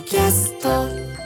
キャスト。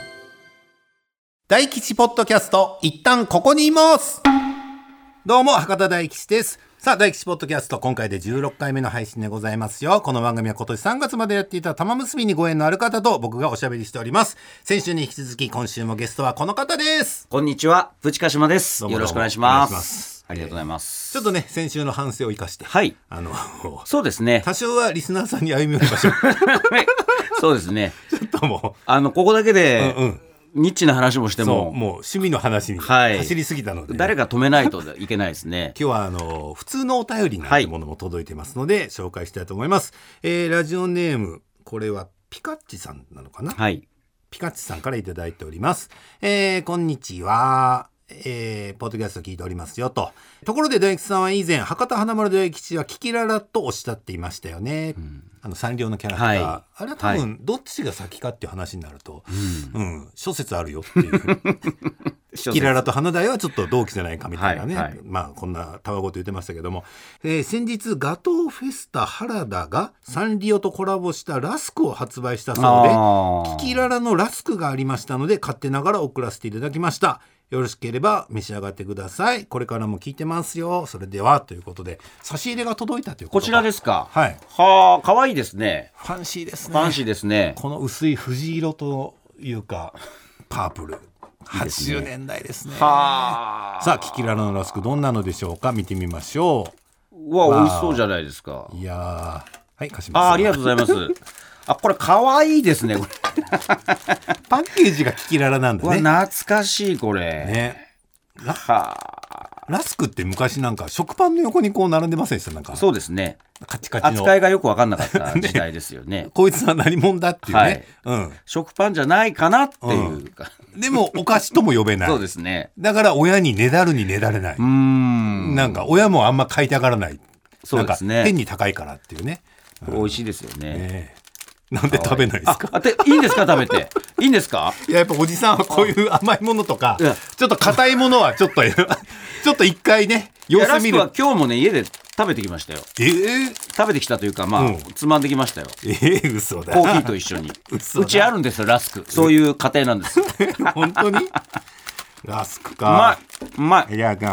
大吉ポッドキャスト、一旦ここにいます。どうも博多大吉です。さあ、大吉ポッドキャスト、今回で16回目の配信でございますよ。この番組は今年3月までやっていた玉結びにご縁のある方と僕がおしゃべりしております。先週に引き続き今週もゲストはこの方です。 こんにちは、プチカシマです。 どうもどうもよろしくお願いします。 お願いします。 ありがとうございます。 ちょっとね、先週の反省を生かして、 はい、そうですね。 多少はリスナーさんに歩み寄りましょう。 そうですね。 ちょっともうここだけで、ニッチな話もしても、 もう趣味の話に走りすぎたので、 誰か止めないといけないですね。 今日は普通のお便りなんてものも届いてますので、紹介したいと思います。ラジオネーム、これはピカッチさんなのかな。はい。ピカッチさんからいただいております。こんにちは。ポッドキャスト聞いておりますよと。ところで大吉さんは以前博多華丸大吉はキキララとおっしゃっていましたよね。サンリオのキャラクター、あれは多分どっちが先かっていう話になると、諸説あるよっていうキキララと花大はちょっと同期じゃないかみたいなね、こんなたわごと言ってましたけども、先日ガトーフェスタ原田がサンリオとコラボしたラスクを発売したそうで、キキララのラスクがありましたので勝手ながら送らせていただきました。よろしければ召し上がってください。これからも聞いてますよ。それではということで、差し入れが届いたということこちらですか。 はい。 はあ、可愛いですね。 ファンシーですね。 ファンシーですね。 この薄い藤色というかパープル。80年代ですね。 はあ。 さあ、キキララのラスクどんなのでしょうか。見てみましょう。わ、美味しそうじゃないですか。 いやはい、貸します。 ありがとうございます。これ可愛いですね。これパッケージがキキララなんだね。 懐かしいこれ。 ね。ラスクって昔なんか食パンの横にこう並んでませんでした？なんかそうですね。 カチカチの扱いがよく分かんなかった時代ですよね。 こいつは何者だっていうね、 食パンじゃないかなっていうか、 でもお菓子とも呼べない。 そうですね。 だから親にねだるにねだれない。なんか親もあんま買いたがらない。 そうですね。 なんか変に高いからっていうね。 美味しいですよね。 なんで食べないですか？ いいんですか？食べていいんですか？ いや、やっぱおじさんはこういう甘いものとかちょっと硬いものはちょっと一回ね様子見る。 ラスクは今日もね家で食べてきましたよ。食べてきたというかつまんできましたよ。 嘘だ。 コーヒーと一緒に。うちあるんですよラスク。そういう家庭なんですよ。 本当にラスクか。 うまい。 いや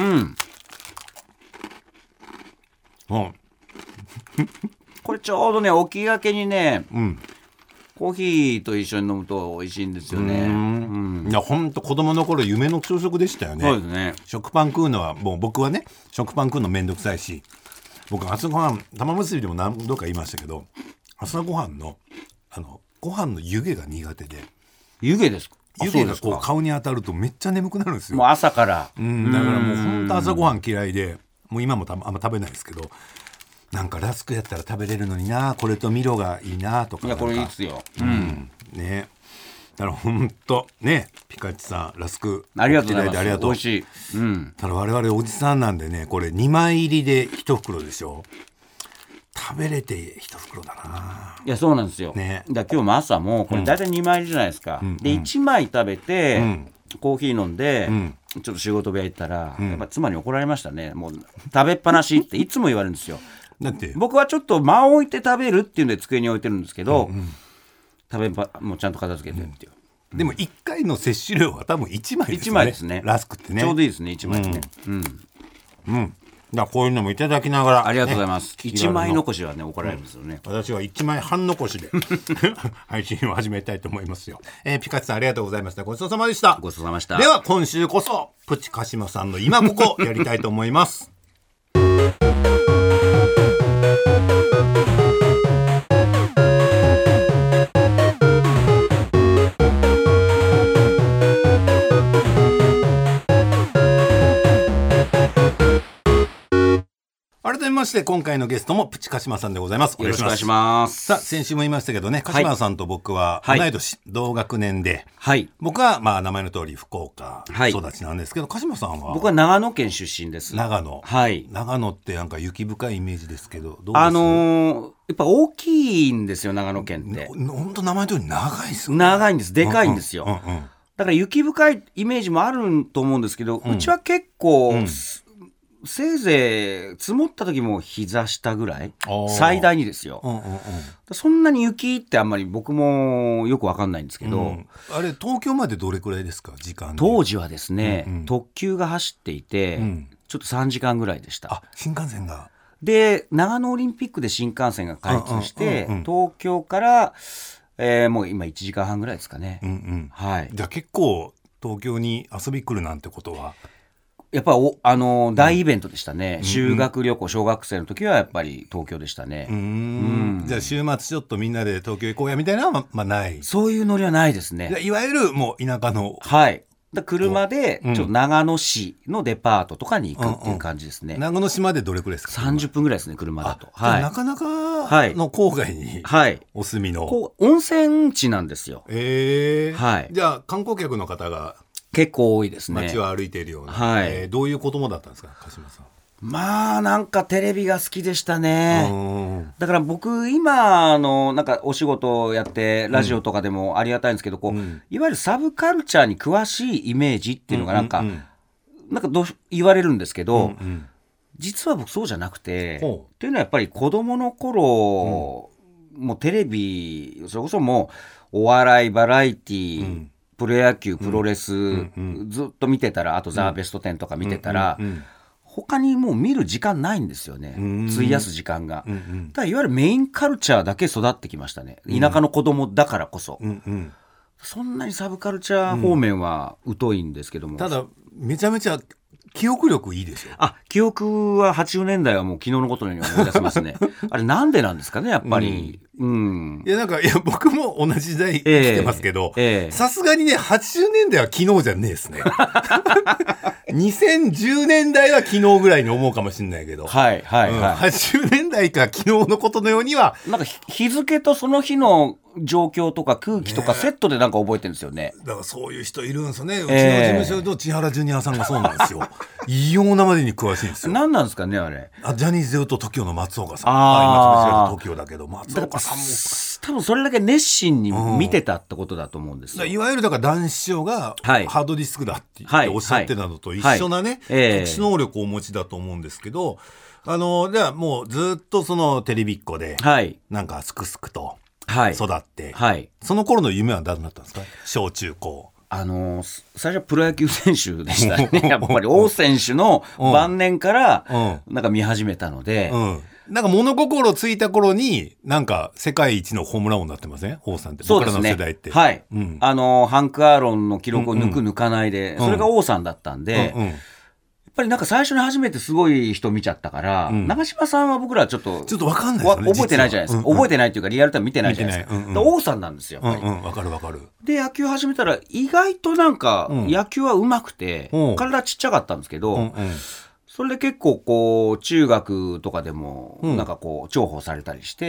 これちょうどね起きがけにね、コーヒーと一緒に飲むと美味しいんですよね。 いや本当子供の頃夢の朝食でしたよね。 そうですね。 食パン食うのはもう僕はね食パン食うのめんどくさいし、僕朝ごはん玉結びでも何度か言いましたけど、朝ごはんのご飯の湯気が苦手で。 湯気ですか？ 湯気がこう顔に当たるとめっちゃ眠くなるんですよ。 もう朝から。だからもう本当朝ごはん嫌いで、もう今もあんま食べないですけど、なんかラスクやったら食べれるのにな、これとミロがいいなとか。 いやこれいいですよ。 ね。だから本当ね、ピカチさんラスクありがとうございます。 ありがとう。 美味しい。 ただ我々おじさんなんでね、これ2枚入りで1袋でしょ。食べれて1袋だな。 いやそうなんですよ。 ね。 だから今日も朝もこれ大体2枚入りじゃないですか。で1枚食べて、コーヒー飲んで、ちょっと仕事部屋行ったら、やっぱ妻に怒られましたね。もう食べっぱなしっていつも言われるんですよ。 だって僕はちょっと間を置いて食べるっていうんで机に置いてるんですけど、もうちゃんと片付けてっていう、 でも1回の摂取量は多分1枚ですよね。 1枚ですね。 ラスクってねちょうどいいですね1枚ね。 だこういうのもいただきながら、 ありがとうございます。1枚残しはね怒られるんですよね。 私は1枚半残しで配信を始めたいと思いますよ。ピカチさんありがとうございました。ごちそうさまでした。 ごちそうさまでした。 では今週こそプチカシマさんの今ここやりたいと思います。改めまして今回のゲストもプチカシマさんでございます。 よろしくお願いします。 さあ先週も言いましたけどね、カシマさんと僕は同い年、同学年で、僕は名前の通り福岡育ちなんですけど、カシマさんは？ 僕は長野県出身です。 長野。長野ってなんか雪深いイメージですけど、どうです？ やっぱ大きいんですよ長野県って。 本当名前の通り長いですよね。 長いんです。でかいんですよ。だから雪深いイメージもあると思うんですけど、うちは結構、 せいぜい積もった時も膝下ぐらい最大にですよ、そんなに雪ってあんまり僕もよく分かんないんですけど、 あれ東京までどれくらいですか時間で。 当時はですね、特急が走っていて、ちょっと3時間ぐらいでした。 あ、新幹線が。 で長野オリンピックで新幹線が開通して、東京から、もう今1時間半ぐらいですかね。はい、 じゃあ結構東京に遊び来るなんてことはやっぱり大イベントでしたね、修学旅行小学生の時はやっぱり東京でしたね。 じゃあ週末ちょっとみんなで東京行こうやみたいなのは、ない。 そういうノリはないですね。 いわゆるもう田舎の、 はい、車でちょっと長野市のデパートとかに行くっていう感じですね。 長野市までどれくらいですか。 30分ぐらいですね車だと。 なかなかの郊外にお住みの、 温泉地なんですよ。 じゃあ観光客の方が結構多いですね。 街を歩いているような、どういう子供だったんですか鹿島さん。 まあなんかテレビが好きでしたね。だから僕今なんかお仕事をやってラジオとかでもありがたいんですけど、いわゆるサブカルチャーに詳しいイメージっていうのがなんか言われるんですけど、実は僕そうじゃなくて、っていうのはやっぱり子供の頃、もうテレビそれこそもうお笑いバラエティプロ野球プロレス、ずっと見てたら、あとザ・ベスト10とか見てたら、他にもう見る時間ないんですよね、費やす時間が。だからいわゆるメインカルチャーだけ育ってきましたね、田舎の子供だからこそ。そんなにサブカルチャー方面は疎いんですけども、 ただめちゃめちゃ記憶力いいでしょ。 記憶は80年代はもう昨日のことのように思い出せますね。あれなんでなんですかねやっぱり。いや僕も同じ時代生きてますけど、さすがにね80年代は昨日じゃねえですね。2010年代は昨日ぐらいに思うかもしれないけど、80年代か昨日のことのようにはなんか日付とその日の状況とか空気とかセットでなんか覚えてるんですよね。 だからそういう人いるんですよね。うちの事務所と千原ジュニアさんがそうなんですよ。異様なまでに詳しいんですよ。 何なんですかねあれ。 ジャニーズでいうと TOKIO の松岡さん、今潰しられた TOKIO だけど松岡さんも多分それだけ熱心に見てたってことだと思うんですよ。 いわゆるだから男子師匠がハードディスクだっておっしゃってたのと一緒なね、特殊能力をお持ちだと思うんですけど、じゃあもうずっとそのテレビっ子で、なんかすくすくと育って、その頃の夢は何だったんですか。小中高。 最初はプロ野球選手でしたね。やっぱり王選手の晩年からなんか見始めたので、 なんか物心ついた頃になんか世界一のホームラン王になってません王さんって。僕らの世代って、 ハンク・アーロンの記録を抜かないで、それが王さんだったんで、やっぱりなんか最初に初めてすごい人見ちゃったから、長嶋さんは僕らちょっと分かんないですよね。 覚えてないじゃないですか。覚えてないっていうかリアルタイム見てないじゃないですか。王さんなんですよ。 分かる分かる。 で野球始めたら意外となんか野球は上手くて、体ちっちゃかったんですけど、それで結構こう中学とかでもなんかこう重宝されたりして、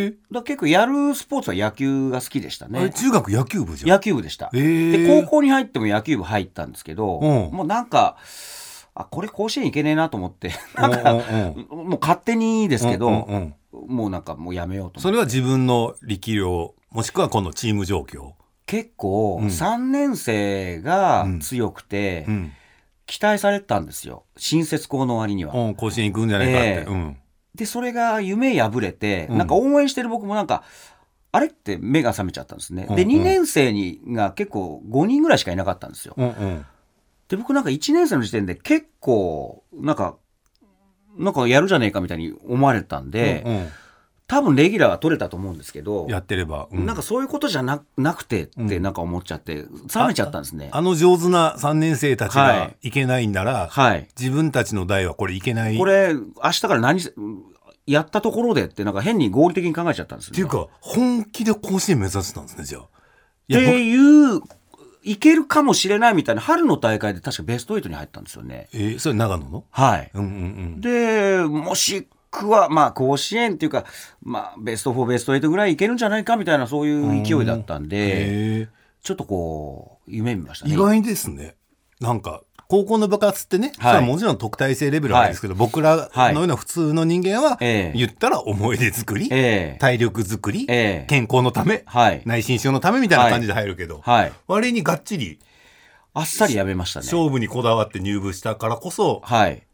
だ結構やるスポーツは野球が好きでしたね。 中学野球部じゃん。 野球部でした。で高校に入っても野球部入ったんですけど、もうなんかこれ甲子園行けねえなと思ってなんかもう勝手にですけど、もうなんかもうやめようと思って。 それは自分の力量もしくはこのチーム状況。 結構3年生が強くて、期待されてたんですよ新設校の割には。 甲子園行くんじゃないかって、 でそれが夢破れて、なんか応援してる僕もなんかあれって目が覚めちゃったんですね。で2年生が結構5人ぐらいしかいなかったんですよ。で僕なんか1年生の時点で結構なんかやるじゃねえかみたいに思われたんで、多分レギュラーは取れたと思うんですけど、 やってれば、 なんかそういうことじゃ なくてってなんか思っちゃって冷めちゃったんですね。 上手な3年生たちがいけないんなら、自分たちの代はこれいけない、 これ明日から何やったところでってなんか変に合理的に考えちゃったんですよ、 っていうか本気で甲子園目指してたんですね。じゃあっていういけるかもしれないみたいな春の大会で確かベスト8に入ったんですよね。 それ長野の。 でもしくはまあ甲子園っていうか、まあ、ベスト4ベスト8ぐらいいけるんじゃないかみたいなそういう勢いだったんで、ちょっとこう夢見ましたね。 意外ですね。なんか高校の部活ってね、それはもちろん特待生レベルはあるんですけど、僕らのような普通の人間は、言ったら思い出作り、体力作り、健康のため、内申書のためみたいな感じで入るけど、割にがっちりあっさりやめましたね。 勝負にこだわって入部したからこそ、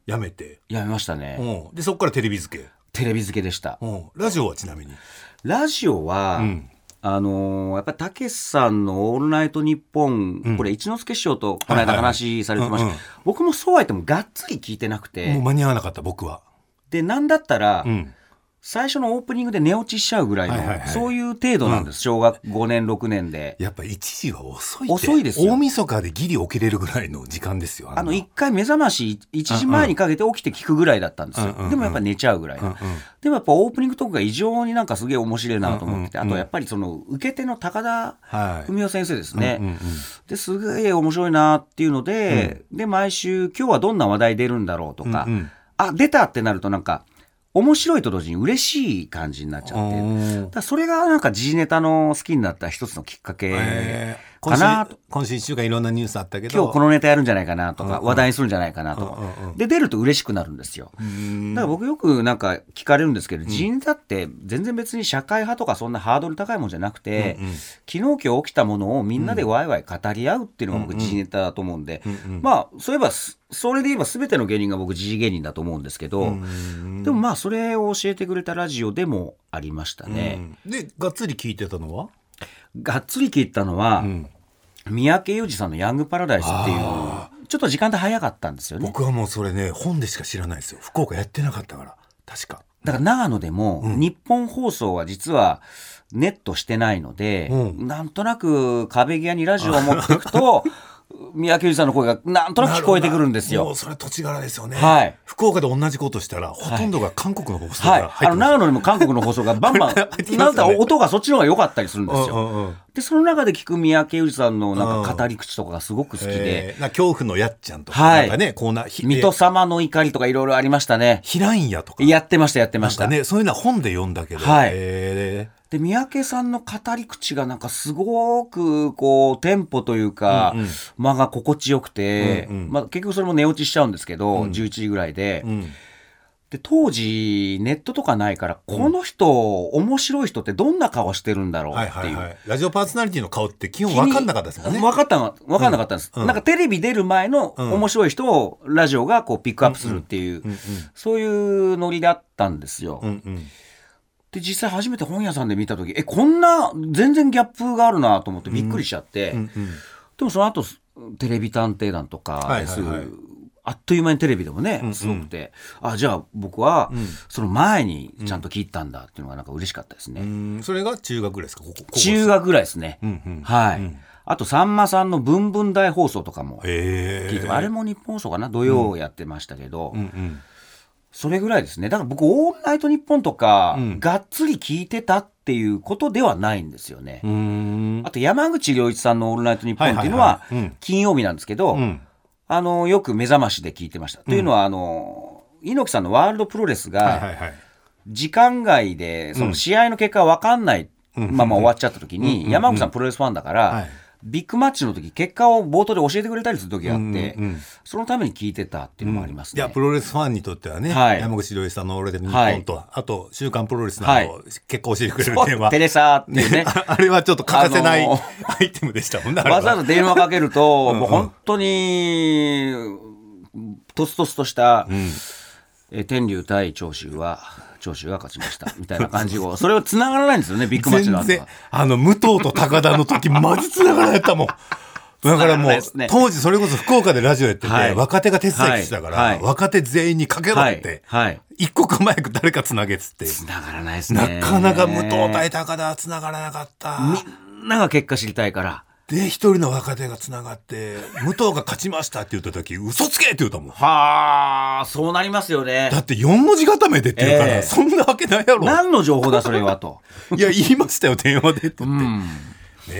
やめて。 やめましたね。 でそこからテレビ付け。 テレビ付けでした。 ラジオはちなみに。 ラジオは、やっぱりたけしさんのオールナイトニッポン、これ一之輔師匠とこの間話されてました。僕もそうは言ってもがっつり聞いてなくて。 もう間に合わなかった僕は。 で、なんだったら、最初のオープニングで寝落ちしちゃうぐらいの、そういう程度なんです、小学5年6年で。 やっぱ一時は遅いですよ。 大晦日でギリ起きれるぐらいの時間ですよ。 1回目覚まし1時前にかけて起きて聞くぐらいだったんですよ。でもやっぱ寝ちゃうぐらい、でもやっぱオープニングトークが異常になんかすげえ面白いなと思ってて、あとやっぱりその受け手の高田文夫先生ですね、ですげえ面白いなっていうので、で毎週今日はどんな話題出るんだろうとか、出たってなるとなんか面白いと同時に嬉しい感じになっちゃって、だそれがなんか時事ネタの好きになった一つのきっかけかなと。 今週1週間いろんなニュースあったけど、 今日このネタやるんじゃないかなとか、話題にするんじゃないかなとか、で出ると嬉しくなるんですよ。だから僕よくなんか聞かれるんですけど、時事ネタって全然別に社会派とかそんなハードル高いもんじゃなくて、昨日今日起きたものをみんなでワイワイ語り合うっていうのが僕時事ネタだと思うんで、まあそういえばそれで言えば全ての芸人が僕時事芸人だと思うんですけど、でもまあそれを教えてくれたラジオでもありましたね。 でがっつり聞いてたのはがっつり聞いたのは、三宅裕司さんのヤングパラダイスっていうちょっと時間で早かったんですよね。 僕はもうそれね本でしか知らないですよ。福岡やってなかったから確か。 だから長野でも日本放送は実はネットしてないので、なんとなく壁際にラジオを持っていくと三宅裕司さんの声がなんとなく聞こえてくるんですよ。 もうそれ土地柄ですよね、福岡で同じことしたらほとんどが韓国の放送が入ってます、 長野にも韓国の放送がバンバンなんだ音がそっちの方が良かったりするんですよ。でその中で聞く三宅裕司さんのなんか語り口とかがすごく好きで、 恐怖のやっちゃんとかなんかね、コーナー水戸様の怒りとかいろいろありましたね。 ヒラインヤとかやってましたね。そういうのは本で読んだけど、 で三宅さんの語り口がなんかすごくこうテンポというか、間が心地よくて、結局それも寝落ちしちゃうんですけど、11時ぐらいで、で当時ネットとかないから、この人面白い人ってどんな顔してるんだろうっていう、 ラジオパーソナリティの顔って基本分かんなかったですもんね。 分かんなかったんです、なんかテレビ出る前の面白い人をラジオがこうピックアップするっていう、そういうノリだったんですよ。で実際初めて本屋さんで見た時、こんな全然ギャップがあるなと思ってびっくりしちゃって、でもその後テレビ探偵団とかですぐ、あっという間にテレビでもねすごくて、じゃあ僕はその前にちゃんと聞いたんだっていうのがなんか嬉しかったですね。 それが中学ぐらいですか？ 中学ぐらいですね。あとさんまさんのブンブン大放送とかも聞いて、あれも日本放送かな、土曜やってましたけど、それぐらいですね。だから僕オールナイトニッポンとか、がっつり聞いてたっていうことではないんですよね。あと山口良一さんのオールナイトニッポンっていうのは金曜日なんですけど、よく目覚ましで聞いてました。というのは猪木さんのワールドプロレスが時間外でその試合の結果が分かんないまま終わっちゃった時に、山口さんプロレスファンだから、ビッグマッチの時結果を冒頭で教えてくれたりする時があって、そのために聞いてたっていうのもありますね。 いやプロレスファンにとってはね、山口良一さんのオールナイトニッポンと、あと週刊プロレスの結果を教えてくれる電話、 テレサっていうねあれはちょっと欠かせないアイテムでしたもんね。 わざわざ電話かけるともう本当にトストスとした、天竜対長州が勝ちましたみたいな感じをそれを繋がらないんですよね、ビッグマッチの全然武藤と高田の時マジ繋がらなかったもん。だからもう、当時それこそ福岡でラジオやってて、若手が手伝いしてたから、若手全員にかけろって、一刻マイク誰かつなげっつって。 つながらないですね。 なかなか武藤対高田はつながらなかった。 みんなが結果知りたいから。 で一人の若手がつながって武藤が勝ちましたって言った時嘘つけって言ったもん。 はあ、そうなりますよね。 だって4文字固めでって言うから、そんなわけないやろ。 何の情報だそれはといや言いましたよ電話でって言って、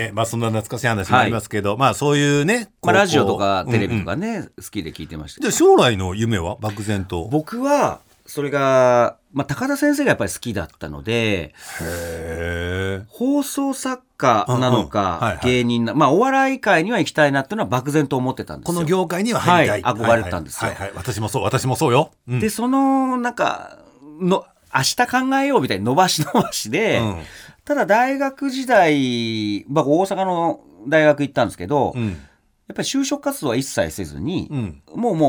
そんな懐かしい話もありますけど、そういうね、 ラジオとかテレビとかね、好きで聞いてました。 じゃあ将来の夢は漠然と。 僕はそれが、高田先生がやっぱり好きだったので、放送作家なのか、芸人な、お笑い界には行きたいなっていうのは漠然と思ってたんですよ。 この業界には入りたい、 憧れてたんですよ。 私もそうよ、 でそのなんかの明日考えようみたいに伸ばしで、ただ大学時代、大阪の大学行ったんですけど、やっぱり就職活動は一切せずに、もう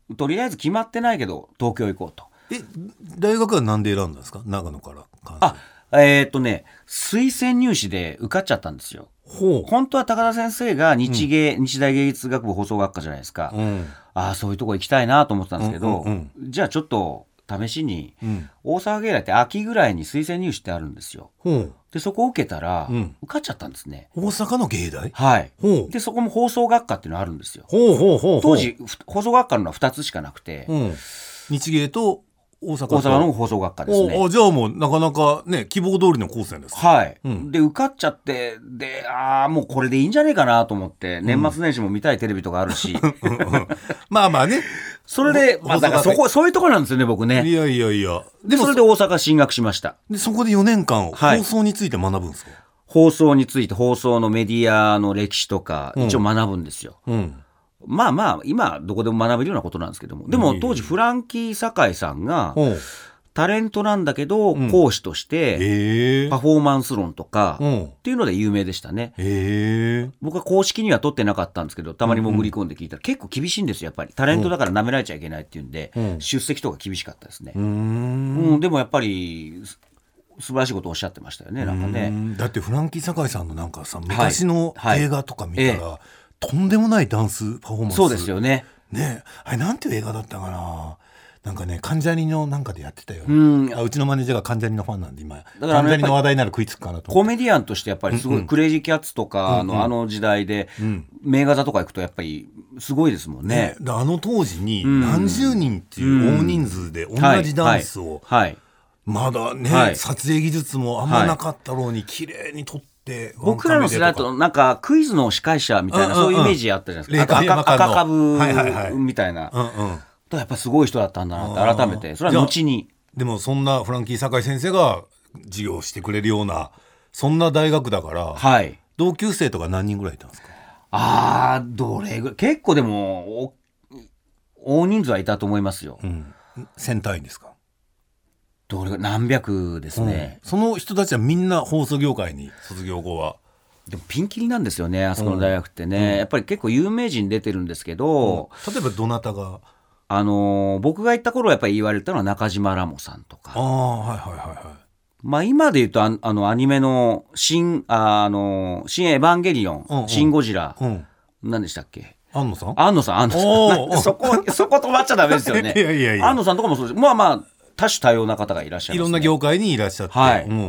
とりあえず決まってないけど東京行こうと。 大学はなんで選んだんですか、長野から関西。推薦入試で受かっちゃったんですよ。本当は高田先生が日大芸術学部放送学科じゃないですか、そういうとこ行きたいなと思ってたんですけど、じゃあちょっと試しに、大阪芸大って秋ぐらいに推薦入試ってあるんですよ。でそこを受けたら、受かっちゃったんですね。 大阪の芸大。 はい。でそこも放送学科っていうのがあるんですよ。当時放送学科のは2つしかなくて、 日芸と大阪の放送学科ですね。 じゃあもうなかなかね希望通りのコースなんですか。 はい、で受かっちゃって、でもうこれでいいんじゃねえかなと思って、年末年始も見たいテレビとかあるしまあね、 それで、だからそういうところなんですよね僕ね。 いやでそれで大阪進学しました。 でそこで4年間放送について学ぶんですか。 放送について、放送のメディアの歴史とか一応学ぶんですよ。まあ今どこでも学べるようなことなんですけども、でも当時フランキー堺さんがタレントなんだけど講師としてパフォーマンス論とかっていうので有名でしたね。僕は公式には取ってなかったんですけど、たまに潜り込んで聞いたら結構厳しいんですよ。やっぱりタレントだから舐められちゃいけないっていうんで、出席とか厳しかったですね。でもやっぱり素晴らしいことをおっしゃってましたよね。なんかね、 だってフランキー堺さんのなんかさ、昔の映画とか見たら、とんでもないダンスパフォーマンス。 そうですよね。 あれなんていう映画だったかな。なんかね、関ジャニのなんかでやってたよ。うちのマネージャーが関ジャニのファンなんで、今関ジャニの話題なら食いつくかなと。 コメディアンとしてやっぱりすごい、クレイジーキャッツとかのあの時代で、名画座とか行くとやっぱりすごいですもんね。 あの当時に何十人っていう大人数で同じダンスを、まだね、撮影技術もあんまなかったろうに綺麗に撮って、 僕らの世代だとなんかクイズの司会者みたいな、そういうイメージあったじゃないですか。赤株みたいな。やっぱすごい人だったんだなって改めて、それは後に。 でもそんなフランキー堺先生が授業してくれるようなそんな大学だから、同級生とか何人ぐらいいたんですか。 どれぐらい、結構でも大人数はいたと思いますよ。 1000単位ですか。 何百ですね。 その人たちはみんな放送業界に卒業後は。 でもピンキリなんですよね、あそこの大学ってね。やっぱり結構有名人出てるんですけど、 例えばどなたが。 僕が行った頃やっぱり言われたのは中島ラモさんとか。今で言うとアニメの新エヴァンゲリオン、シン・ゴジラ、何でしたっけ。 安野さんそこ止まっちゃダメですよね。安野さんとかもそうです。多種多様な方がいらっしゃいますね。 いろんな業界にいらっしゃって、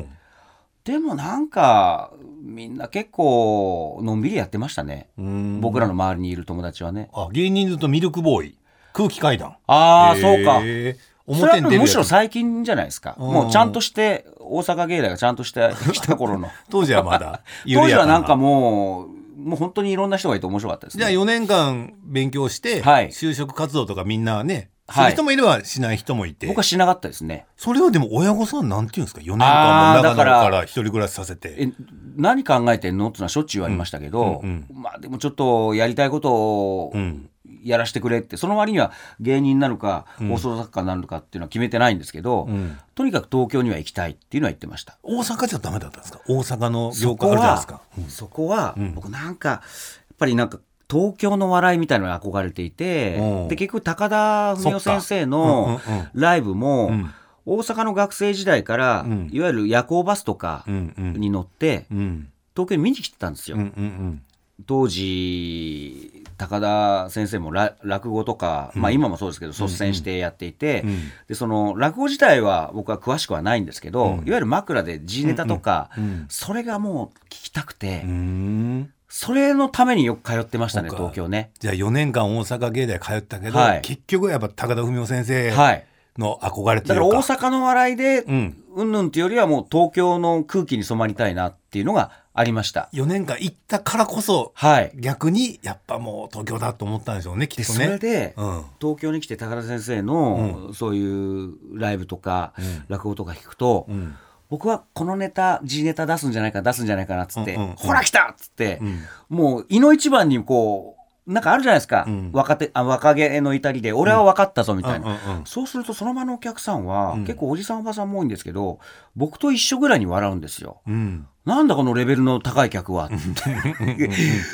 でもなんかみんな結構のんびりやってましたね。僕らの周りにいる友達はね。 芸人ずっとミルクボーイ、空気階段。 そうか。それはむしろ最近じゃないですか。もうちゃんとして大阪芸大がちゃんとしてきた頃の当時はまだ当時はなんかもう本当にいろんな人がいて面白かったですね。 じゃあ4年間勉強して、就職活動とかみんなね、する人もいればしない人もいて、 僕はしなかったですね。 それはでも親御さんなんていうんですか、4年間も長野から一人暮らしさせて何考えてんのってのはしょっちゅうありましたけど、でもちょっとやりたいことをやらせてくれって、その割には芸人になるか放送作家になるかっていうのは決めてないんですけど、とにかく東京には行きたいっていうのは言ってました。 大阪じゃダメだったんですか。大阪の業界あるじゃないですか。 そこは僕なんかやっぱりなんか東京の笑いみたいなのに憧れていて、で結局高田文夫先生のライブも大阪の学生時代から、いわゆる夜行バスとかに乗って東京に見に来てたんですよ。当時高田先生も落語とか、今もそうですけど率先してやっていて、でその落語自体は僕は詳しくはないんですけど、いわゆる枕で G ネタとか、それがもう聞きたくて、それのためによく通ってましたね、東京ね。 じゃあ4年間大阪芸大通ったけど、結局やっぱ高田文夫先生の憧れというか、 だから大阪の笑いでうんぬんっていうよりはもう東京の空気に染まりたいなっていうのがありました。 4年間行ったからこそ、逆にやっぱもう東京だと思ったんでしょうね、きっとね。 それで、東京に来て高田先生の、そういうライブとか、落語とか聞くと、僕はこのネタ G ネタ出すんじゃないかなっつって、ほら来たっつって、もういの一番にこうなんかあるじゃないですか、若気の至りで俺は分かったぞみたいな、そうするとその場のお客さんは、結構おじさんおばさんも多いんですけど、僕と一緒ぐらいに笑うんですよ。なんだこのレベルの高い客はって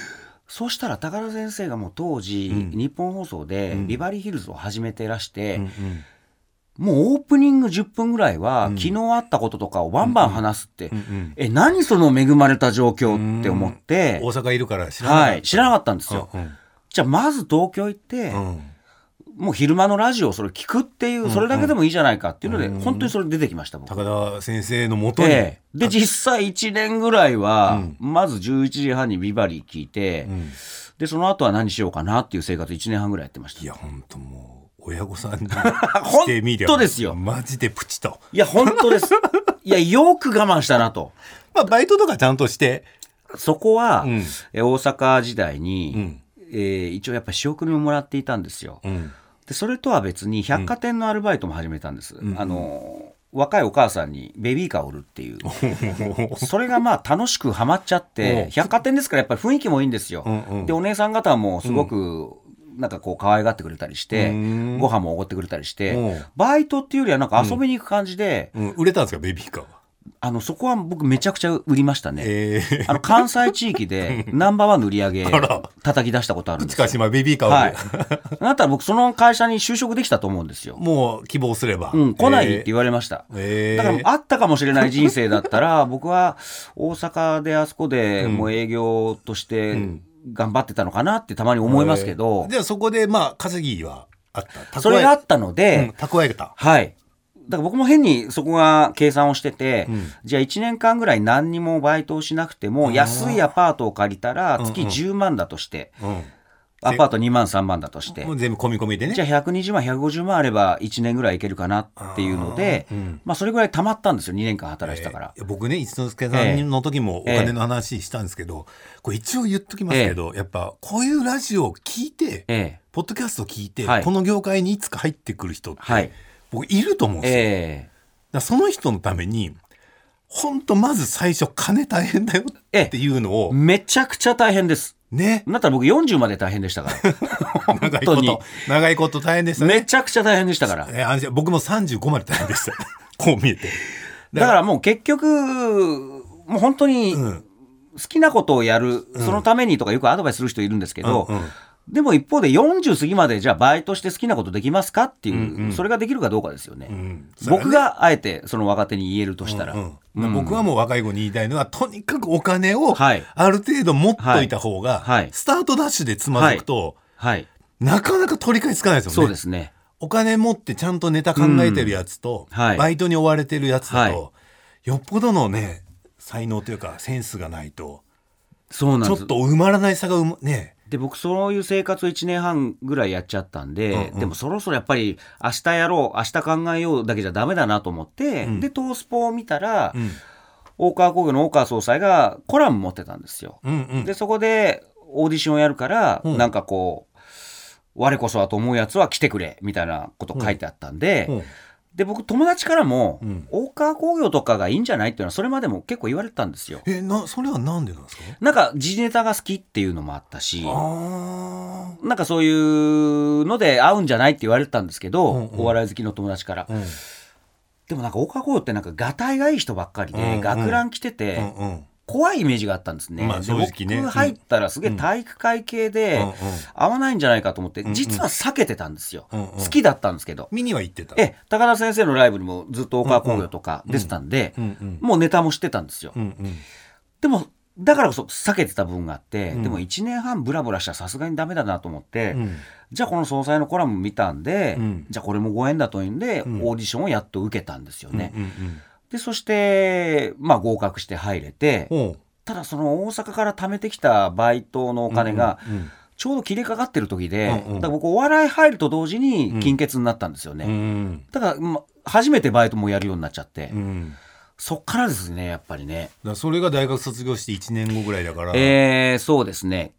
そうしたら高田先生がもう当時、日本放送でビバリーヒルズを始めてらして、もうオープニング10分ぐらいは、昨日あったこととかをバンバン話すって、何その恵まれた状況って思って、 大阪いるから知らなかった、 知らなかったんですよ。じゃあまず東京行って、もう昼間のラジオをそれ聞くっていう、それだけでもいいじゃないかっていうので、本当にそれ出てきました、僕。 高田先生のもとに、 で実際1年ぐらいは、まず11時半にビバリー聞いて、でその後は何しようかなっていう生活1年半ぐらいやってました。 いや本当もう親御さんにしてみりゃ本当ですよ、 マジでプチと。 いや本当です。いやよく我慢したなと。 バイトとかちゃんとして、 そこは、大阪時代に、一応やっぱり仕送りももらっていたんですよ。でそれとは別に百貨店のアルバイトも始めたんです。若いお母さんにベビーカーを売るっていうそれがまあ楽しくハマっちゃって、百貨店ですからやっぱり雰囲気もいいんですよ。でお姉さん方もすごくなんかこう可愛がってくれたりして、ご飯もおごってくれたりして、バイトっていうよりはなんか遊びに行く感じで、 売れたんですかベビーカーは。 そこは僕めちゃくちゃ売りましたね。関西地域でナンバーワンの売り上げ叩き出したことあるんですよ。 近島ベビーカーを、 だったら僕その会社に就職できたと思うんですよ。 もう希望すれば、 来ないって言われました。だからあったかもしれない人生だったら僕は大阪であそこでもう営業として頑張ってたのかなってたまに思いますけど、 じゃあそこでまあ稼ぎはあった。 それがあったので、 蓄えた。 だから僕も変にそこが計算をしてて、じゃあ1年間ぐらい何にもバイトをしなくても、安いアパートを借りたら月10万だとして、アパート2万3万だとして、 もう全部込み込みでね。 じゃあ120万150万あれば1年ぐらいいけるかなっていうので、まあそれぐらい貯まったんですよ、2年間働いてたから。 僕ね一之輔さんの時もお金の話したんですけど、これ一応言っときますけど、やっぱこういうラジオを聞いて、ポッドキャストを聞いて、この業界にいつか入ってくる人って、僕いると思うんですよ。だその人のために本当まず最初金大変だよっていうのを、 めちゃくちゃ大変ですね。 だったら僕40まで大変でしたから本当に長いこと大変でしたね。 めちゃくちゃ大変でしたから、 僕も35まで大変でしたこう見えて。 だからもう結局もう本当に好きなことをやる、そのためにとかよくアドバイスする人いるんですけど、でも一方で40過ぎまでじゃあバイトして好きなことできますかっていう、それができるかどうかですよね。僕があえてその若手に言えるとしたら、 僕はもう若い子に言いたいのは、とにかくお金をある程度持っといた方が、スタートダッシュでつまずくと、なかなか取り返しつかないですよね。 そうですね。 お金持ってちゃんとネタ考えてるやつと、バイトに追われてるやつだと、よっぽどのね才能というかセンスがないと、 そうなんです。 ちょっと埋まらない差がね。 で僕そういう生活を1年半ぐらいやっちゃったんで、でもそろそろやっぱり明日やろう明日考えようだけじゃダメだなと思って、で東スポを見たら、大川工業の大川総裁がコラム持ってたんですよ。でそこでオーディションをやるから、なんかこう我こそはと思うやつは来てくれみたいなこと書いてあったんで、で僕友達からも、大川工業とかがいいんじゃないっていうのはそれまでも結構言われてたんですよ。 それはなんでなんですか？ なんか時事ネタが好きっていうのもあったし、なんかそういうので合うんじゃないって言われてたんですけど、お笑い好きの友達から、でもなんか大川工業ってなんかがたいがいい人ばっかりで、学ラン着てて、怖いイメージがあったんですね。 正直ね、 僕入ったらすげえ体育会系で合わないんじゃないかと思って、実は避けてたんですよ。好きだったんですけど、 見には行ってた。 高田先生のライブにもずっと大川工業とか出てたんで、もうネタも知ってたんですよ。でもだからこそ避けてた部分があって、でも1年半ブラブラしたらさすがにダメだなと思って、じゃあこの総裁のコラム見たんで、じゃあこれもご縁だというんで、オーディションをやっと受けたんですよね。でそしてまあ合格して入れて、ただその大阪から貯めてきたバイトのお金がちょうど切れかかってる時で、だから僕お笑い入ると同時に金欠になったんですよね。だから、初めてバイトもやるようになっちゃって、そっからですねやっぱりね。 だそれが大学卒業して1年後ぐらいだから、 そうですね、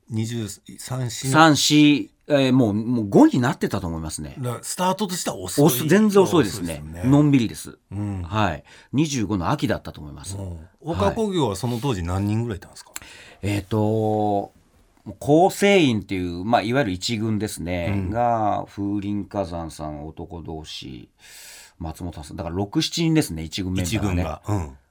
23、 4もう5になってたと思いますね。 だスタートとしては遅い。 全然遅いですね。のんびりです。25の秋だったと思います。 大川工業はその当時何人ぐらいいたんですか？ 構成員っていう、いわゆる一軍ですね、が風林火山さん、男同士、松本さんだから 6,7 人ですね、一軍メンバーがね。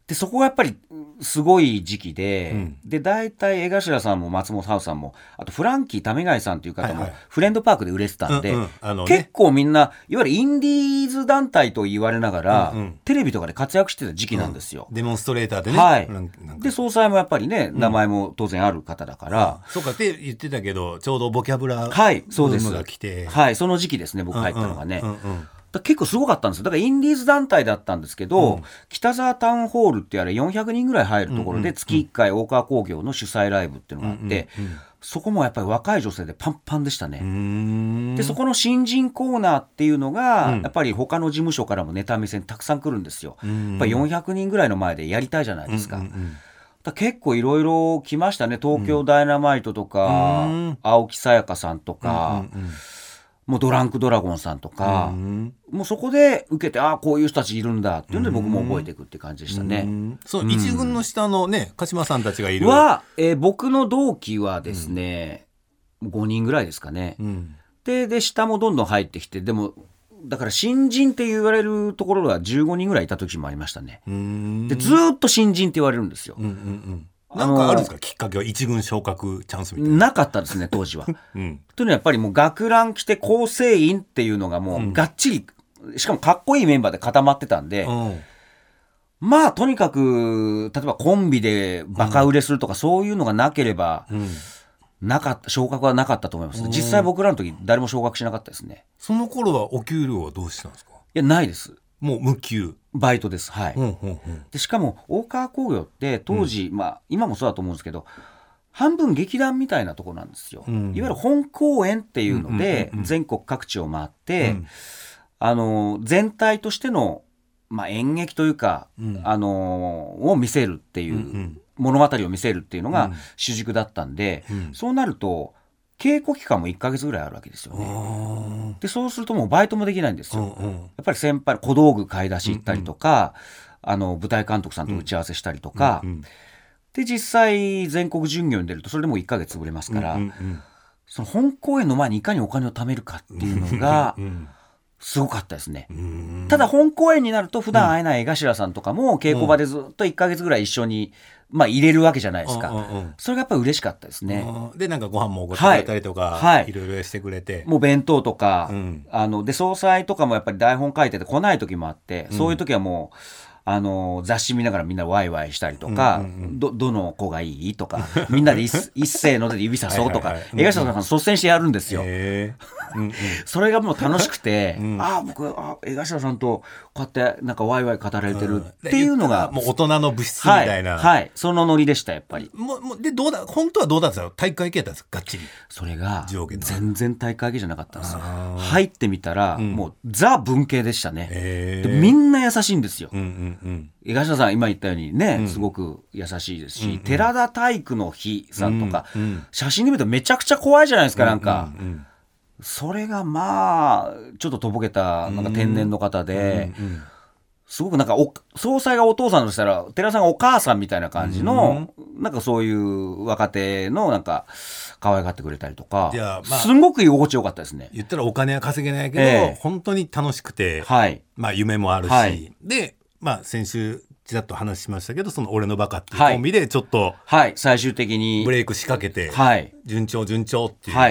でそこがやっぱりすごい時期で、で大体江頭さんも松本ハウスさんもあとフランキー為貝さんという方もフレンドパークで売れてたんで、結構みんないわゆるインディーズ団体と言われながら、テレビとかで活躍してた時期なんですよ、 デモンストレーターでね、 はい、で総裁もやっぱりね名前も当然ある方だから、 そうかって言ってたけどちょうどボキャブラはいそうですブームが来て、 はい、その時期ですね僕入ったのがね、結構すごかったんですよ。だからインディーズ団体だったんですけど、北沢タウンホールってあれ400人ぐらい入るところで月1回大川工業の主催ライブっていうのがあって、そこもやっぱり若い女性でパンパンでしたね。でそこの新人コーナーっていうのが、やっぱり他の事務所からもネタ見せにたくさん来るんですよ。やっぱり400人ぐらいの前でやりたいじゃないですか。だ結構いろいろ来ましたね。東京ダイナマイトとか、青木さやかさんとか、もうドランクドラゴンさんとか、もうそこで受けてこういう人たちいるんだっていうので僕も覚えていくって感じでしたね。 その一軍の下のね鹿島さんたちがいる僕の同期はですね、5人ぐらいですかね、で下もどんどん入ってきて、でもだから新人って言われるところは15人ぐらいいた時もありましたね。でずっと新人って言われるんですよ。 なんかあるんですか、きっかけは。一軍昇格チャンスみたいな。 なかったですね当時は、というのはやっぱりもう学ラン着て構成員っていうのがもうがっちり、しかもかっこいいメンバーで固まってたんで、まあとにかく例えばコンビでバカ売れするとかそういうのがなければ、なかった昇格はなかったと思います。実際僕らの時誰も昇格しなかったですね。 その頃はお給料はどうしたんですか？ いやないです。 もう無給バイトです。はい。でしかも大川工業って当時、今もそうだと思うんですけど半分劇団みたいなところなんですよ、いわゆる本公演っていうので全国各地を回って、全体としての、演劇というか、を見せるっていう、物語を見せるっていうのが主軸だったんで、そうなると稽古期間も1ヶ月ぐらいあるわけですよね。でそうするともうバイトもできないんですよ、やっぱり先輩小道具買い出し行ったりとか、舞台監督さんと打ち合わせしたりとか、で実際全国巡業に出るとそれでもう1ヶ月潰れますから、その本公演の前にいかにお金を貯めるかっていうのがすごかったですね。ただ本公演になると普段会えない江頭さんとかも稽古場でずっと1ヶ月ぐらい一緒に入れるわけじゃないですか、それがやっぱり嬉しかったですね。 でなんかご飯もおごってくれたりとか、いろいろしてくれて、 もう弁当とか、で総裁とかもやっぱり台本書いてて来ない時もあって、そういう時はもう雑誌見ながらみんなワイワイしたりとか、どの子がいいとかみんなで一斉ので指さそうとか江頭さん率先してやるんですよ。それがもう楽しくて、僕江頭さんとこうやってなんかワイワイ語られてるっていうのが、 もう大人の部室みたいな、 そのノリでしたやっぱり。 で本当はどうだったんですか？体育会系だったんですか？がっちり。 それが全然体育会系じゃなかったんですよ。入ってみたら、もうザ文系でしたね。でみんな優しいんですよ。江頭さん今言ったようにね、すごく優しいですし、寺田体育の日さんとか、写真で見るとめちゃくちゃ怖いじゃないですか、なんか、それがちょっととぼけたなんか天然の方で、すごくなんか総裁がお父さんとしたら寺田さんがお母さんみたいな感じの、なんかそういう若手のなんか可愛がってくれたりとか、すごく居心地よかったですね。 言ったらお金は稼げないけど、本当に楽しくて、夢もあるし、で先週ちらっと話しましたけど、その俺のバカっていうコンビでちょっと、 最終的にブレイク仕掛けて、順調っていう、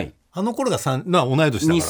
あの頃が同い年だから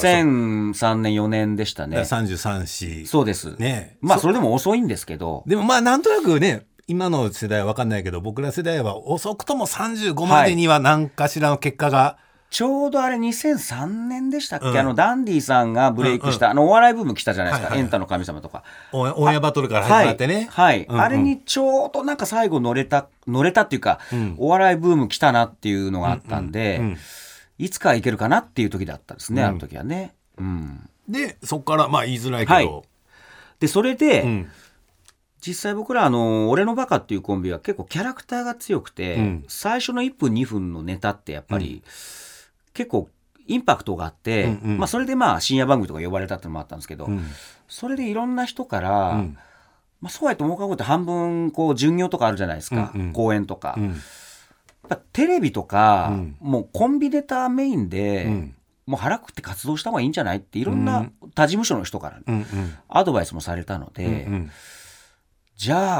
2003年4年でしたね。 33歳。 そうですね。それでも遅いんですけど、 でもなんとなくね、今の世代は分かんないけど、僕ら世代は遅くとも35までには何かしらの結果が、 ちょうどあれ2003年でしたっけ、ダンディさんがブレイクした、お笑いブーム来たじゃないですか、エンタの神様とかオンエアバトルから始まってね、 あれにちょうどなんか最後乗れたっていうか、お笑いブーム来たなっていうのがあったんで、いつかいけるかなっていう時だったんですね、あの時はね。 でそこから言いづらいけど、 でそれで、実際僕ら俺のバカっていうコンビは結構キャラクターが強くて、最初の1分2分のネタってやっぱり、結構インパクトがあって、それで深夜番組とか呼ばれたってのもあったんですけど、それでいろんな人から、そうやって儲かるって半分こう巡業とかあるじゃないですか、公演とか、やっぱテレビとか、もうコンビネタメインで、もう腹くって活動した方がいいんじゃないっていろんな他事務所の人からアドバイスもされたので、じゃあ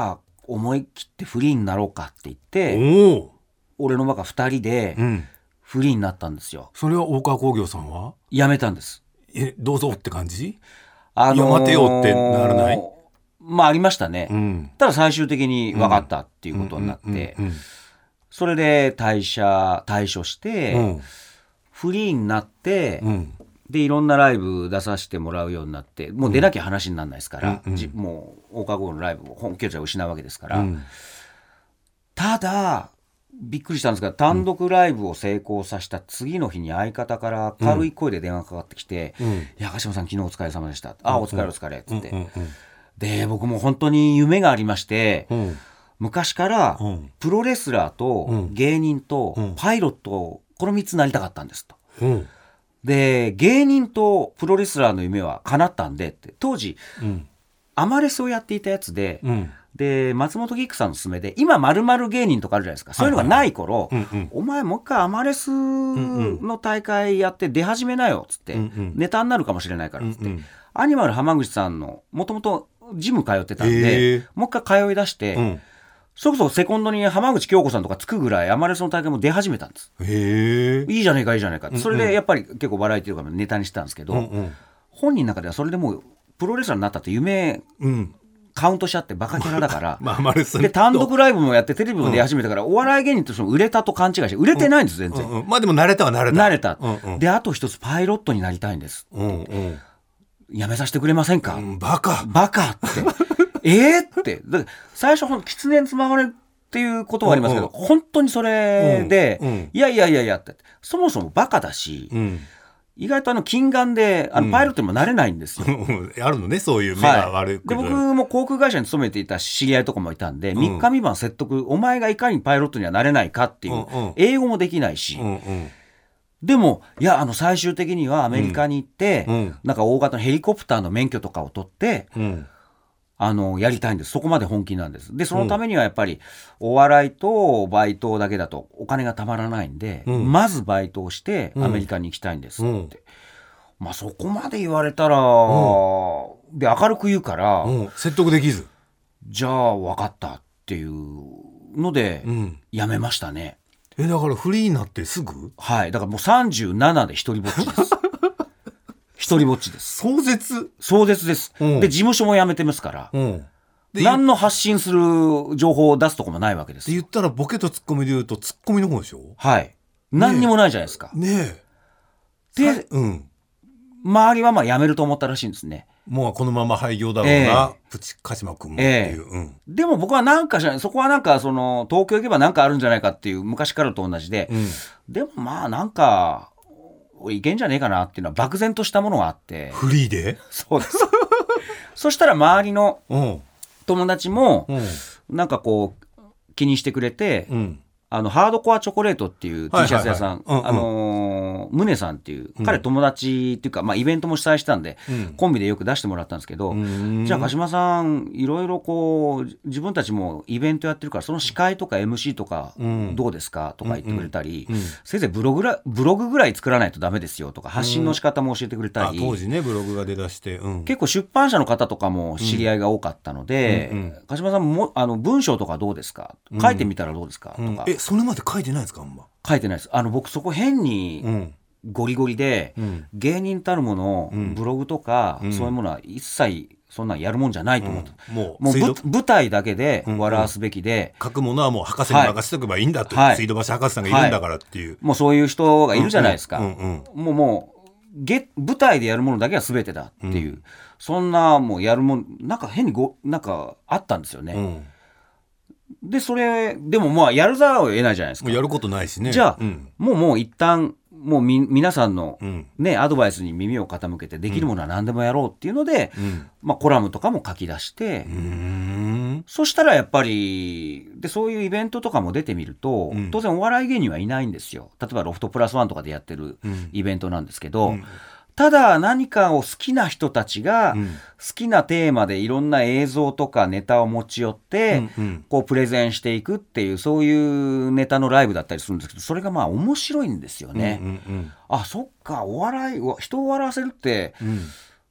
思い切ってフリーになろうかって言って俺のバカ2人でフリーになったんですよ。 それは大川工業さんは辞めたんです。 どうぞって感じ？いや待てよってならない？ まあありましたね、ただ最終的に分かったっていうことになって、それで退所して、フリーになって、でいろんなライブ出させてもらうようになって、もう出なきゃ話にならないですから、もう大川工業のライブを本拠地は失うわけですから、ただびっくりしたんですが、単独ライブを成功させた次の日に相方から軽い声で電話かかってきて、鹿島さん昨日お疲れ様でした、お疲れお疲れっつって、で僕も本当に夢がありまして、昔からプロレスラーと芸人とパイロット、この3つなりたかったんですと、で芸人とプロレスラーの夢は叶ったんでって、当時、アマレスをやっていたやつで、で松本ギックさんの勧めで、今〇〇芸人とかあるじゃないですか、そういうのがない頃、お前もう一回アマレスの大会やって出始めなよっつって、ネタになるかもしれないからっつって、アニマル浜口さんのもともとジム通ってたんで、もう一回通い出して、それこそセコンドに浜口京子さんとかつくぐらいアマレスの大会も出始めたんです。いいじゃねえかいいじゃねえかって、それでやっぱり結構バラエティーとかネタにしてたんですけど、本人の中ではそれでもうプロレスラーになったって夢、カウントしちゃってバカキャラだからで単独ライブもやってテレビも出始めたから、お笑い芸人としても売れたと勘違いして、売れてないんです全然、 まあでも慣れた、 であと一つパイロットになりたいんです、やめさせてくれませんか、バカってって最初狐につままれるっていうことはありますけど、本当にそれで、いやってそもそもバカだし、意外と近眼でパイロットにもなれないんですよ、 あるのね、そういう目が悪く、 で僕も航空会社に勤めていた知り合いとかもいたんで、3日3晩説得、お前がいかにパイロットにはなれないかっていう、英語もできないし、でもいや最終的にはアメリカに行って、なんか大型のヘリコプターの免許とかを取って、やりたいんです。そこまで本気なんです。でそのためにはやっぱりお笑いとバイトだけだとお金がたまらないんで、まずバイトをしてアメリカに行きたいんですって、まあそこまで言われたら、で明るく言うから、 説得できず、 じゃあ分かったっていうので、やめましたね。 だからフリーになってすぐ？ はい、だからもう37で一人ぼっちです一人ぼっちです。壮絶です、で事務所も辞めてますから、何の発信する情報を出すとこもないわけです。 言ったらボケとツッコミで言うとツッコミの方でしょ。 はい、何にもないじゃないですか。 ねえで、周りはまあ辞めると思ったらしいんですね。 もうこのまま廃業だろうな、プチ鹿島君もっていう、 でも僕はなんかそこはなんか東京行けばなんかあるんじゃないかっていう昔からと同じで、でもまあなんかいけんじゃねえかなっていうのは漠然としたものがあって。 フリーで？ そうですそしたら周りの友達もなんかこう気にしてくれて、ハードコアチョコレートっていう T シャツ屋さん、宗さんっていう彼友達っていうか、イベントも主催したんで、コンビでよく出してもらったんですけど、じゃあ鹿島さんいろいろこう自分たちもイベントやってるから、その司会とか MC とかどうですかとか言ってくれたり、せいぜいブログぐらい作らないとダメですよとか、発信の仕方も教えてくれたり、 当時ねブログが出だして、 結構出版社の方とかも知り合いが多かったので、鹿島さんも文章とかどうですか、書いてみたらどうですかとか。 それまで書いてないですか？ 書いてないです。僕そこ変にゴリゴリで、芸人たるもの、ブログとか、そういうものは一切そんなんやるもんじゃないと思って、もう舞台だけで笑わすべきで、 書くものはもう博士に任せておけばいいんだと、水道橋博士さんがいるんだからっていう、 もうそういう人がいるじゃないですか。もう舞台でやるものだけは全てだっていう、そんなもうやるもんなんか変になんかあったんですよね。でそれでもまあやるざるを得ないじゃないですか。 もうやることないしね。 じゃあ、もう一旦もう皆さんの、アドバイスに耳を傾けて、できるものは何でもやろうっていうので、コラムとかも書き出して、そしたらやっぱりでそういうイベントとかも出てみると、当然お笑い芸人はいないんですよ。例えばロフトプラスワンとかでやってるイベントなんですけど、ただ何かを好きな人たちが好きなテーマでいろんな映像とかネタを持ち寄ってこうプレゼンしていくっていう、そういうネタのライブだったりするんですけど、それがまあ面白いんですよね。そっか、お笑い人を笑わせるって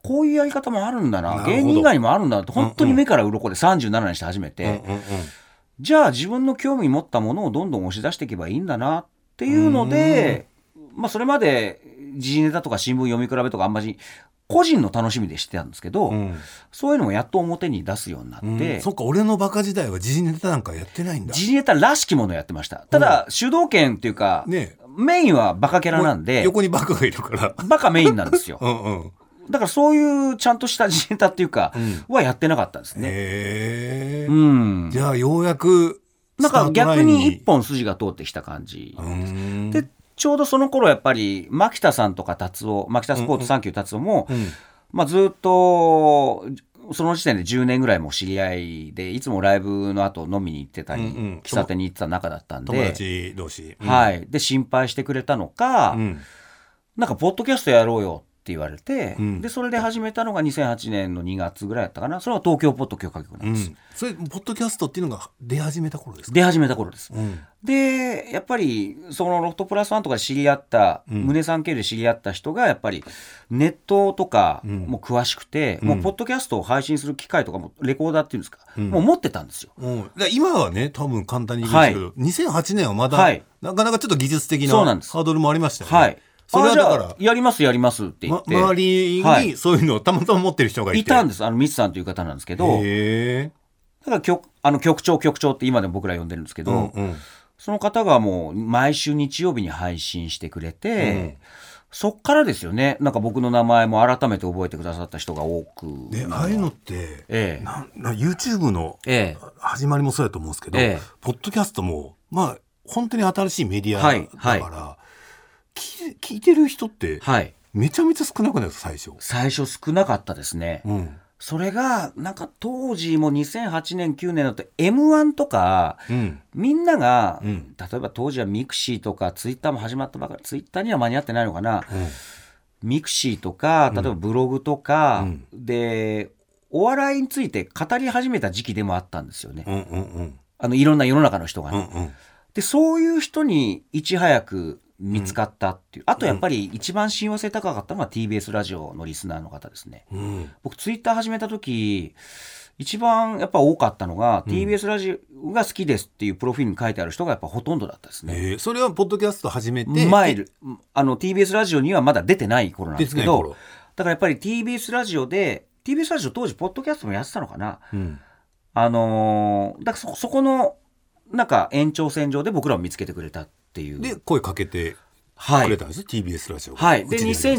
こういうやり方もあるんだな、芸人以外にもあるんだなって本当に目から鱗で37にして初めて、じゃあ自分の興味持ったものをどんどん押し出していけばいいんだなっていうので、それまで時事ネタとか新聞読み比べとかあんまり個人の楽しみでしてたんですけど、そういうのもやっと表に出すようになって、 そっか、俺のバカ時代は時事ネタなんかやってないんだ。 時事ネタらしきものをやってました。ただ、主導権っていうか、メインはバカキャラなんで、 横にバカがいるからバカメインなんですよ。だからそういうちゃんとした時事ネタっていうか、はやってなかったんですね。 じゃあようやくなんか逆に一本筋が通ってきた感じで、ちょうどその頃やっぱり牧田さんとか達夫、牧田スポーツサンキュー達夫も、ずっとその時点で10年ぐらいも知り合いで、いつもライブの後飲みに行ってたり、喫茶店に行ってた仲だったんで、 友達同士、 で心配してくれたのか、なんかポッドキャストやろうよって言われて、でそれで始めたのが2008年の2月ぐらいだったかな。それは東京ポッド許可局なんです。 それポッドキャストっていうのが出始めた頃ですか？ 出始めた頃です。でやっぱりそのロフトプラスワンとかで知り合った、宗さん経由で知り合った人がやっぱりネットとかも詳しくて、もうポッドキャストを配信する機会とかもレコーダーっていうんですか、もう持ってたんですよ。 今はね多分簡単に言いますけど、2008年はまだ、なかなかちょっと技術的なハードルもありましたよね。それはだからやりますって言って、 周りにそういうのをたまたま持ってる人がいたんです。ミツさんという方なんですけど、だから局長って今でも僕ら呼んでるんですけど、その方がもう毎週日曜日に配信してくれて、そっからですよね。なんか僕の名前も改めて覚えてくださった人が多く、 ああいうのって、YouTube の始まりもそうやと思うんですけど、ポッドキャストも本当に新しいメディアだから、聞いてる人ってめちゃめちゃ少なくないですか？ 最初少なかったですね。それがなんか当時も2008年9年だと M1 とか、みんなが、例えば当時はミクシーとかツイッターも始まったばかり、ツイッターには間に合ってないのかな、ミクシーとか例えばブログとか、でお笑いについて語り始めた時期でもあったんですよね。いろんな世の中の人がね、でそういう人にいち早く見つかったっていう、あとやっぱり一番親和性高かったのが TBS ラジオのリスナーの方ですね。僕ツイッター始めた時一番やっぱ多かったのが、TBS ラジオが好きですっていうプロフィールに書いてある人がやっぱほとんどだったですね。 それはポッドキャスト始めて TBS ラジオにはまだ出てない頃なんですけど、だからやっぱり TBS ラジオ当時ポッドキャストもやってたのかな、だからそこのなんか延長線上で僕らを見つけてくれたっていうで声かけてくれたんです、TBS ラジオが。 で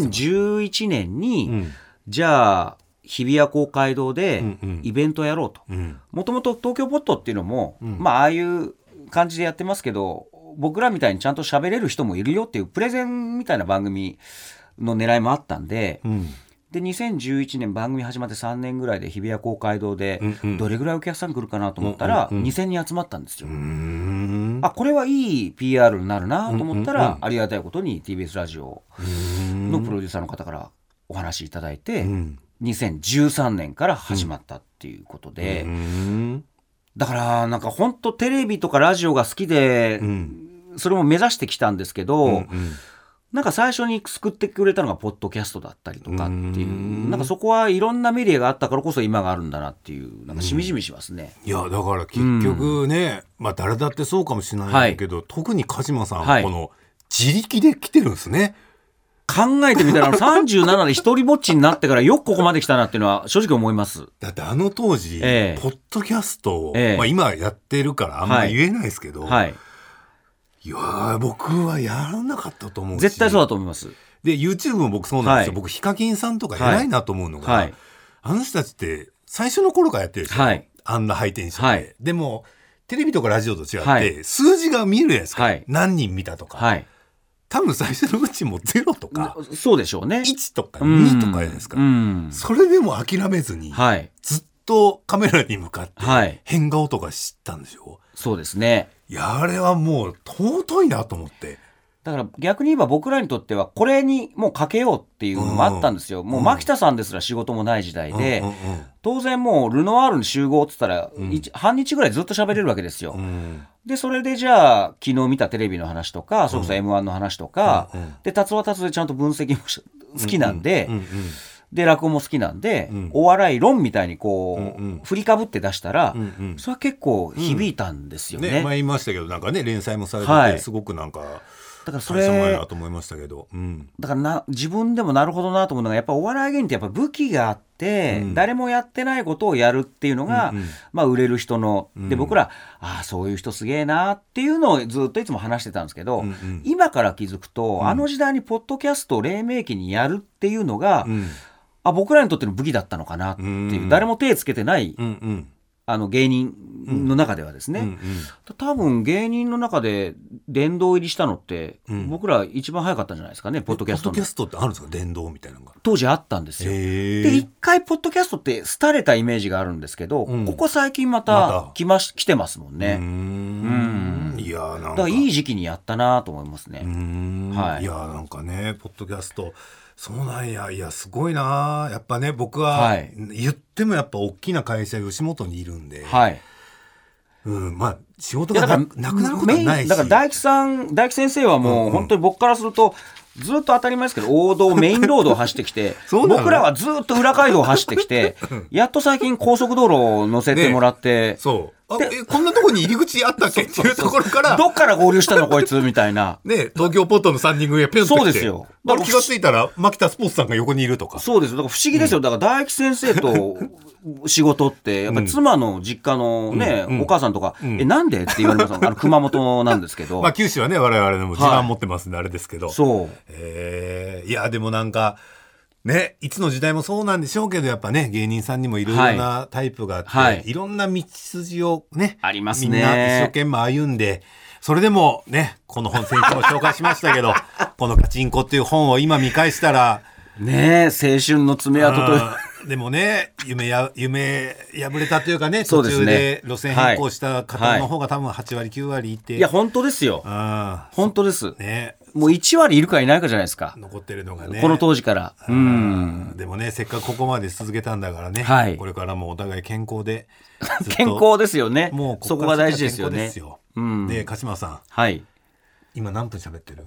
2011年に、じゃあ日比谷公会堂でイベントやろうと。もともと東京ポッドっていうのも、ああいう感じでやってますけど、僕らみたいにちゃんと喋れる人もいるよっていうプレゼンみたいな番組の狙いもあったんで、で2011年番組始まって3年ぐらいで日比谷公会堂でどれぐらいお客さん来るかなと思ったら2000人集まったんですよ。これはいい PR になるなと思ったら、ありがたいことに TBS ラジオのプロデューサーの方からお話いただいて、2013年から始まったっていうことで、だからなんか本当テレビとかラジオが好きで、それも目指してきたんですけど、なんか最初に救ってくれたのがポッドキャストだったりとかっていう、なんかそこはいろんなメディアがあったからこそ今があるんだなっていう、なんかしみじみしますね。 いやだから結局ね、誰だってそうかもしれないけど、特に鹿島さんはこの自力で来てるんですね。 考えてみたら37で一人ぼっちになってからよくここまで来たなっていうのは正直思います。 だって当時、ポッドキャストを、今やってるからあんまり言えないですけど、いや僕はやらなかったと思うし、 絶対そうだと思います。 で YouTube も僕そうなんですよ。僕ヒカキンさんとか偉いなと思うのが、あの人たちって最初の頃からやってるでしょ、あんなハイテンションで、でもテレビとかラジオと違って、数字が見えるじゃないですか、何人見たとか、多分最初のうちも0とか、 そうでしょうね、 1とか2とかじゃないですか、それでも諦めずに、ずっとカメラに向かって変顔とかしたんですよ。 そうですね。 いやあれはもう尊いなと思って。 だから逆に言えば僕らにとってはこれにもうかけようっていうのもあったんですよ。もう牧田さんですら仕事もない時代で、当然もうルノワールに集合って言ったら、半日ぐらいずっと喋れるわけですよ。でそれでじゃあ昨日見たテレビの話とか、それこそ M1 の話とか、で達夫は達夫でちゃんと分析も好きなんで、 で落語も好きなんで、お笑い論みたいにこう、振りかぶって出したら、それは結構響いたんですよね。 前言いましたけどなんかね連載もされてて、すごくなんかだからそれ大したもんやなと思いましたけど、 だから自分でもなるほどなと思うのがやっぱお笑い芸人ってやっぱ武器があって、誰もやってないことをやるっていうのが、売れる人ので、僕らそういう人すげえなっていうのをずっといつも話してたんですけど、今から気づくと、あの時代にポッドキャストを黎明期にやるっていうのが、僕らにとっての武器だったのかなっていう、誰も手つけてない、芸人の中ではですね、多分芸人の中で殿堂入りしたのって、僕ら一番早かったんじゃないですかね。ポッドキャストポッドキャストってあるんですか、殿堂みたいなのが当時あったんですよ。で一回ポッドキャストって廃れたイメージがあるんですけど、ここ最近また来てますもんね。 いやなんかだからいい時期にやったなと思いますね。 いやなんかねポッドキャストそうなんや、いやすごいな。やっぱね僕は、言ってもやっぱ大きな会社吉本にいるんで、仕事がなくなることはないし、 だから大木先生はもう本当に僕からするとずっと当たり前ですけど王道メインロードを走ってきて僕らはずっと裏街道を走ってきてやっと最近高速道路を乗せてもらって、 こんなとこに入り口あったっけっていうところからどっから合流したのこいつみたいな東京ポットの3人組がピョンと来て、 そうですよ。 だから気がついたら牧田スポーツさんが横にいるとか。 そうですよ。だから不思議ですよ。だから大木先生と仕事ってやっぱり妻の実家のね、お母さんとか、なんでって言われます。熊本なんですけど九州はね我々でも地盤持ってますんであれですけど、 そういやでもなんかね、いつの時代もそうなんでしょうけどやっぱね芸人さんにもいろいろなタイプがあって、いろんな道筋をねありますね。 みんな一生懸命歩んで、それでもねこの本先日も紹介しましたけどこのガチンコっていう本を今見返したらね、青春の爪痕というでもね夢破れたというかね、途中で路線変更した方の方が多分8割9割いて、 いや本当ですよ。本当ですね。もう1割いるかいないかじゃないですか、 残ってるのがねこの当時から。 でもねせっかくここまで続けたんだからね、これからもお互い健康で健康ですよね。 もうそこが大事ですよね。 で鹿島さん、今何分喋ってる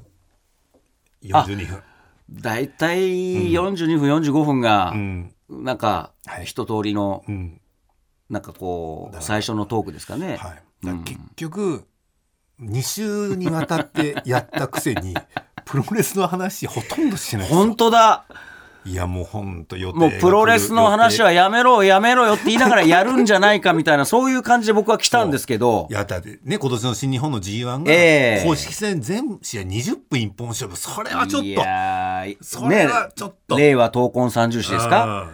？42分。 だいたい42分45分がなんか一通りのなんかこう最初のトークですかね。 結局2週にわたってやったくせにプロレスの話ほとんどしてないですよ。 本当だ。 いやもう本当予定もうプロレスの話はやめろよって言いながらやるんじゃないかみたいなそういう感じで僕は来たんですけど、 いやだってね今年の新日本の G1 が公式戦全試合20分一本勝負、それはちょっとそれはちょっと、 令和闘魂三重士ですか。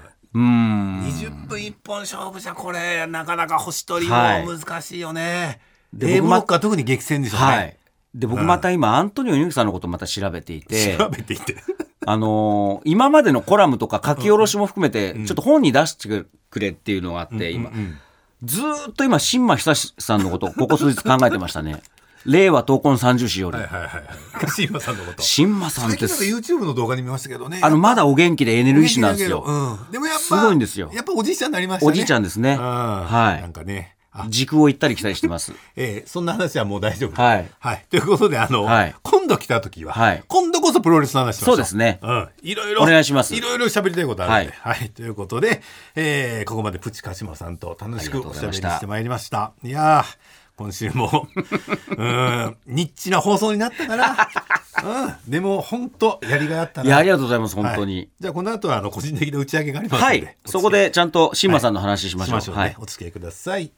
20分一本勝負じゃこれなかなか星取りも難しいよね。A ブロックは特に激戦でしょうね。 で僕また今アントニオ猪木さんのことまた調べていて今までのコラムとか書き下ろしも含めてちょっと本に出してくれっていうのがあって、今ずっと今新馬久志さんのことここ数日考えてましたね。令和闘魂三重士より新馬さんのこと。 新馬さんって最近なんか YouTube の動画に見ましたけどね、 まだお元気でエネルギッシュなんですよ。 でもやっぱすごいんですよ。 やっぱおじいちゃんになりましたね。 おじいちゃんですね。 なんかね時空を行ったり来たりしてます。 そんな話はもう大丈夫。ということで今度来た時は、今度こそプロレスの話しましょう。 そうですね。 いろいろお願いします。 いろいろ喋りたいことあるので、ということで、ここまでプチ鹿島さんと楽しくおしゃべりしてまいりました。いや今週もニッチな放送になったかな。でも本当やりがいあったな。 ありがとうございます本当に。 じゃあこの後は個人的な打ち上げがありますので、 そこでちゃんと新馬さんの話しましょう。 お付き合いください。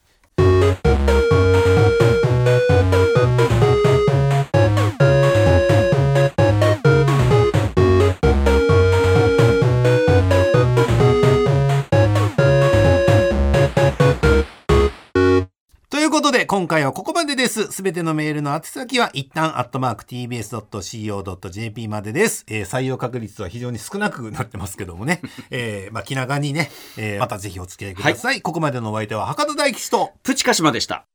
ということで今回はここまでです。すべてのメールの宛先は一旦@tbs.co.jp までです。採用確率は非常に少なくなってますけどもね、気長にね、またぜひお付き合いください。ここまでのお相手は博多大吉とプチ鹿島でした。